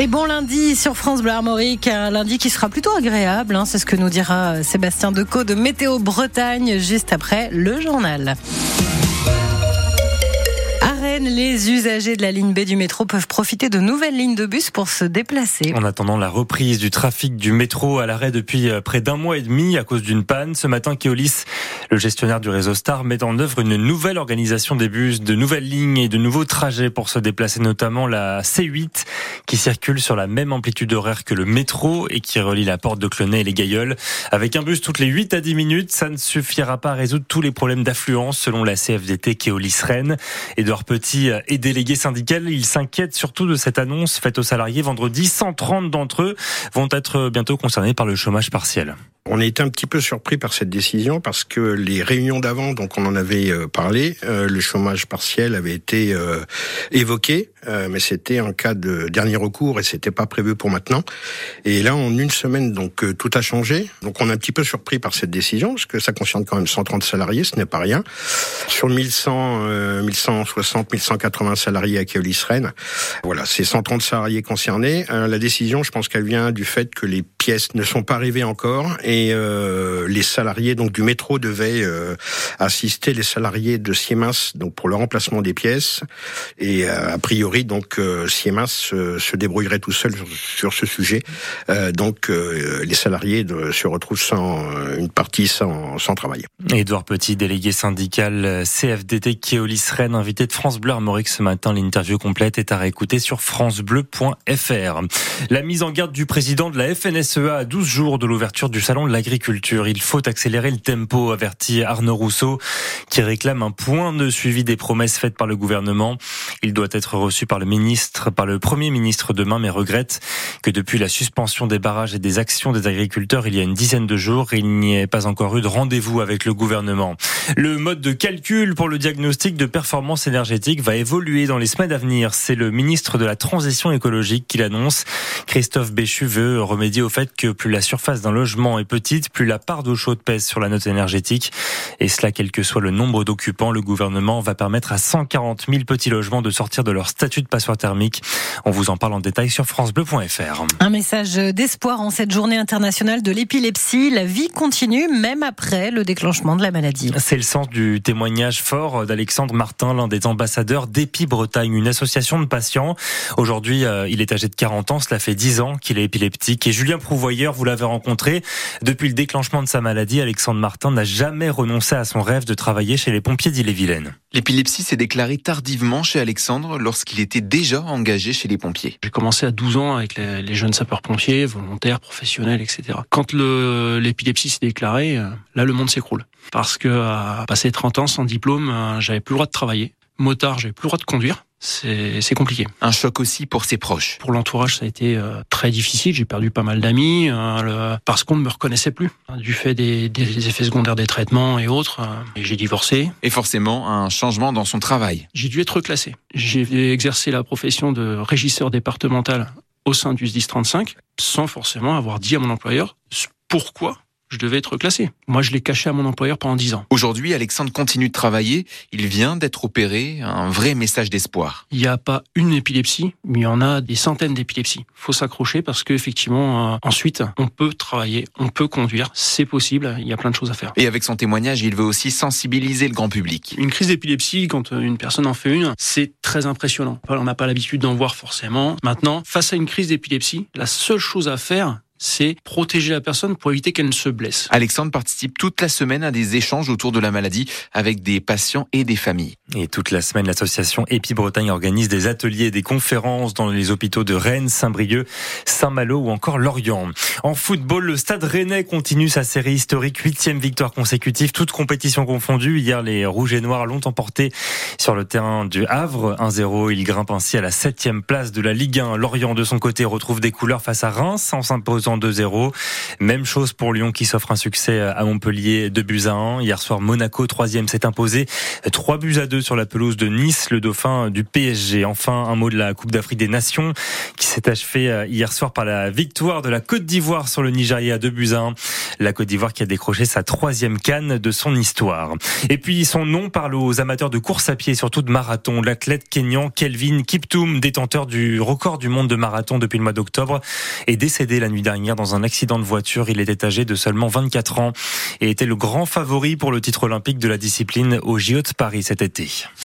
Et bon lundi sur France Bleu Armorique, un lundi qui sera plutôt agréable, c'est ce que nous dira Sébastien Decaux de Météo Bretagne juste après le journal. Les usagers de la ligne B du métro peuvent profiter de nouvelles lignes de bus pour se déplacer. En attendant la reprise du trafic du métro à l'arrêt depuis près d'un mois et demi à cause d'une panne, ce matin, Keolis, le gestionnaire du réseau Star, met en œuvre une nouvelle organisation des bus, de nouvelles lignes et de nouveaux trajets pour se déplacer, notamment la C8 qui circule sur la même amplitude horaire que le métro et qui relie la porte de Clenay et les Gailleuls. Avec un bus toutes les 8 à 10 minutes, ça ne suffira pas à résoudre tous les problèmes d'affluence selon la CFDT Keolis Rennes. Édouard Petit et délégué syndical, il s'inquiète surtout de cette annonce faite aux salariés vendredi. 130 d'entre eux vont être bientôt concernés par le chômage partiel. On a été un petit peu surpris par cette décision parce que les réunions d'avant, donc on en avait parlé, le chômage partiel avait été évoqué, mais c'était en cas de dernier recours et c'était pas prévu pour maintenant. Et là, en une semaine, donc tout a changé. Donc on est un petit peu surpris par cette décision parce que ça concerne quand même 130 salariés, ce n'est pas rien. Sur 1160, 1180 salariés à Keolis Rennes, voilà, c'est 130 salariés concernés. La décision, je pense qu'elle vient du fait que les pièces ne sont pas arrivées encore. Et les salariés donc du métro devaient assister les salariés de Siemens donc pour le remplacement des pièces et a priori donc Siemens se débrouillerait tout seul sur ce sujet. Donc les salariés se retrouvent sans travail. Édouard Petit, délégué syndical CFDT Keolis Rennes, invité de France Bleu Armorique ce matin. L'interview complète est à réécouter sur francebleu.fr. La mise en garde du président de la FNSEA à 12 jours de l'ouverture du salon de l'agriculture. Il faut accélérer le tempo, avertit Arnaud Rousseau, qui réclame un point de suivi des promesses faites par le gouvernement. Il doit être reçu par le Premier ministre demain, mais regrette que depuis la suspension des barrages et des actions des agriculteurs il y a une dizaine de jours, il n'y ait pas encore eu de rendez-vous avec le gouvernement. Le mode de calcul pour le diagnostic de performance énergétique va évoluer dans les semaines à venir. C'est le ministre de la Transition écologique qui l'annonce. Christophe Béchu veut remédier au fait que plus la surface d'un logement est petite, plus la part d'eau chaude pèse sur la note énergétique. Et cela, quel que soit le nombre d'occupants, le gouvernement va permettre à 140 000 petits logements de sortir de leur statut de passoire thermique. On vous en parle en détail sur francebleu.fr. Un message d'espoir en cette journée internationale de l'épilepsie. La vie continue même après le déclenchement de la maladie. C'est le sens du témoignage fort d'Alexandre Martin, l'un des ambassadeurs d'Épi Bretagne, une association de patients. Aujourd'hui, il est âgé de 40 ans, cela fait 10 ans qu'il est épileptique. Et Julien Prouvoyeur, vous l'avez rencontré. Depuis le déclenchement de sa maladie, Alexandre Martin n'a jamais renoncé à son rêve de travailler chez les pompiers d'Ille-et-Vilaine. L'épilepsie s'est déclarée tardivement chez Alexandre lorsqu'il était déjà engagé chez les pompiers. J'ai commencé à 12 ans avec les jeunes sapeurs-pompiers, volontaires, professionnels, etc. Quand l'épilepsie s'est déclarée, là le monde s'écroule. Parce que à passer 30 ans sans diplôme, j'avais plus le droit de travailler. Motard, j'avais plus le droit de conduire. C'est compliqué. Un choc aussi pour ses proches. Pour l'entourage, ça a été très difficile. J'ai perdu pas mal d'amis parce qu'on ne me reconnaissait plus. Du fait des effets secondaires des traitements et autres, et j'ai divorcé. Et forcément, un changement dans son travail. J'ai dû être reclassé. J'ai exercé la profession de régisseur départemental au sein du SDIS 35 sans forcément avoir dit à mon employeur pourquoi je devais être classé. Moi, je l'ai caché à mon employeur pendant 10 ans. Aujourd'hui, Alexandre continue de travailler. Il vient d'être opéré. Un vrai message d'espoir. Il n'y a pas une épilepsie, mais il y en a des centaines d'épilepsies. Il faut s'accrocher parce qu'effectivement, ensuite, on peut travailler, on peut conduire. C'est possible. Il y a plein de choses à faire. Et avec son témoignage, il veut aussi sensibiliser le grand public. Une crise d'épilepsie, quand une personne en fait une, c'est très impressionnant. On n'a pas l'habitude d'en voir forcément. Maintenant, face à une crise d'épilepsie, la seule chose à faire, c'est protéger la personne pour éviter qu'elle ne se blesse. Alexandre participe toute la semaine à des échanges autour de la maladie avec des patients et des familles. Et toute la semaine, l'association Épi Bretagne organise des ateliers et des conférences dans les hôpitaux de Rennes, Saint-Brieuc, Saint-Malo ou encore Lorient. En football, le Stade Rennais continue sa série historique, 8e victoire consécutive, toutes compétitions confondues. Hier, les Rouges et Noirs l'ont emporté sur le terrain du Havre, 1-0. Il grimpe ainsi à la 7e place de la Ligue 1. Lorient, de son côté, retrouve des couleurs face à Reims en s'imposant mi-temps 2-0. Même chose pour Lyon qui s'offre un succès à Montpellier 2-1. Hier soir, Monaco, 3e, s'est imposé 3-2 sur la pelouse de Nice, le dauphin du PSG. Enfin, un mot de la Coupe d'Afrique des Nations qui s'est achevée hier soir par la victoire de la Côte d'Ivoire sur le Nigeria 2-1. La Côte d'Ivoire qui a décroché sa 3e CAN de son histoire. Et puis son nom parle aux amateurs de course à pied, surtout de marathon. L'athlète kényan Kelvin Kiptum, détenteur du record du monde de marathon depuis le mois d'octobre, est décédé la nuit dernière dans un accident de voiture. Il était âgé de seulement 24 ans et était le grand favori pour le titre olympique de la discipline aux JO de Paris cet été.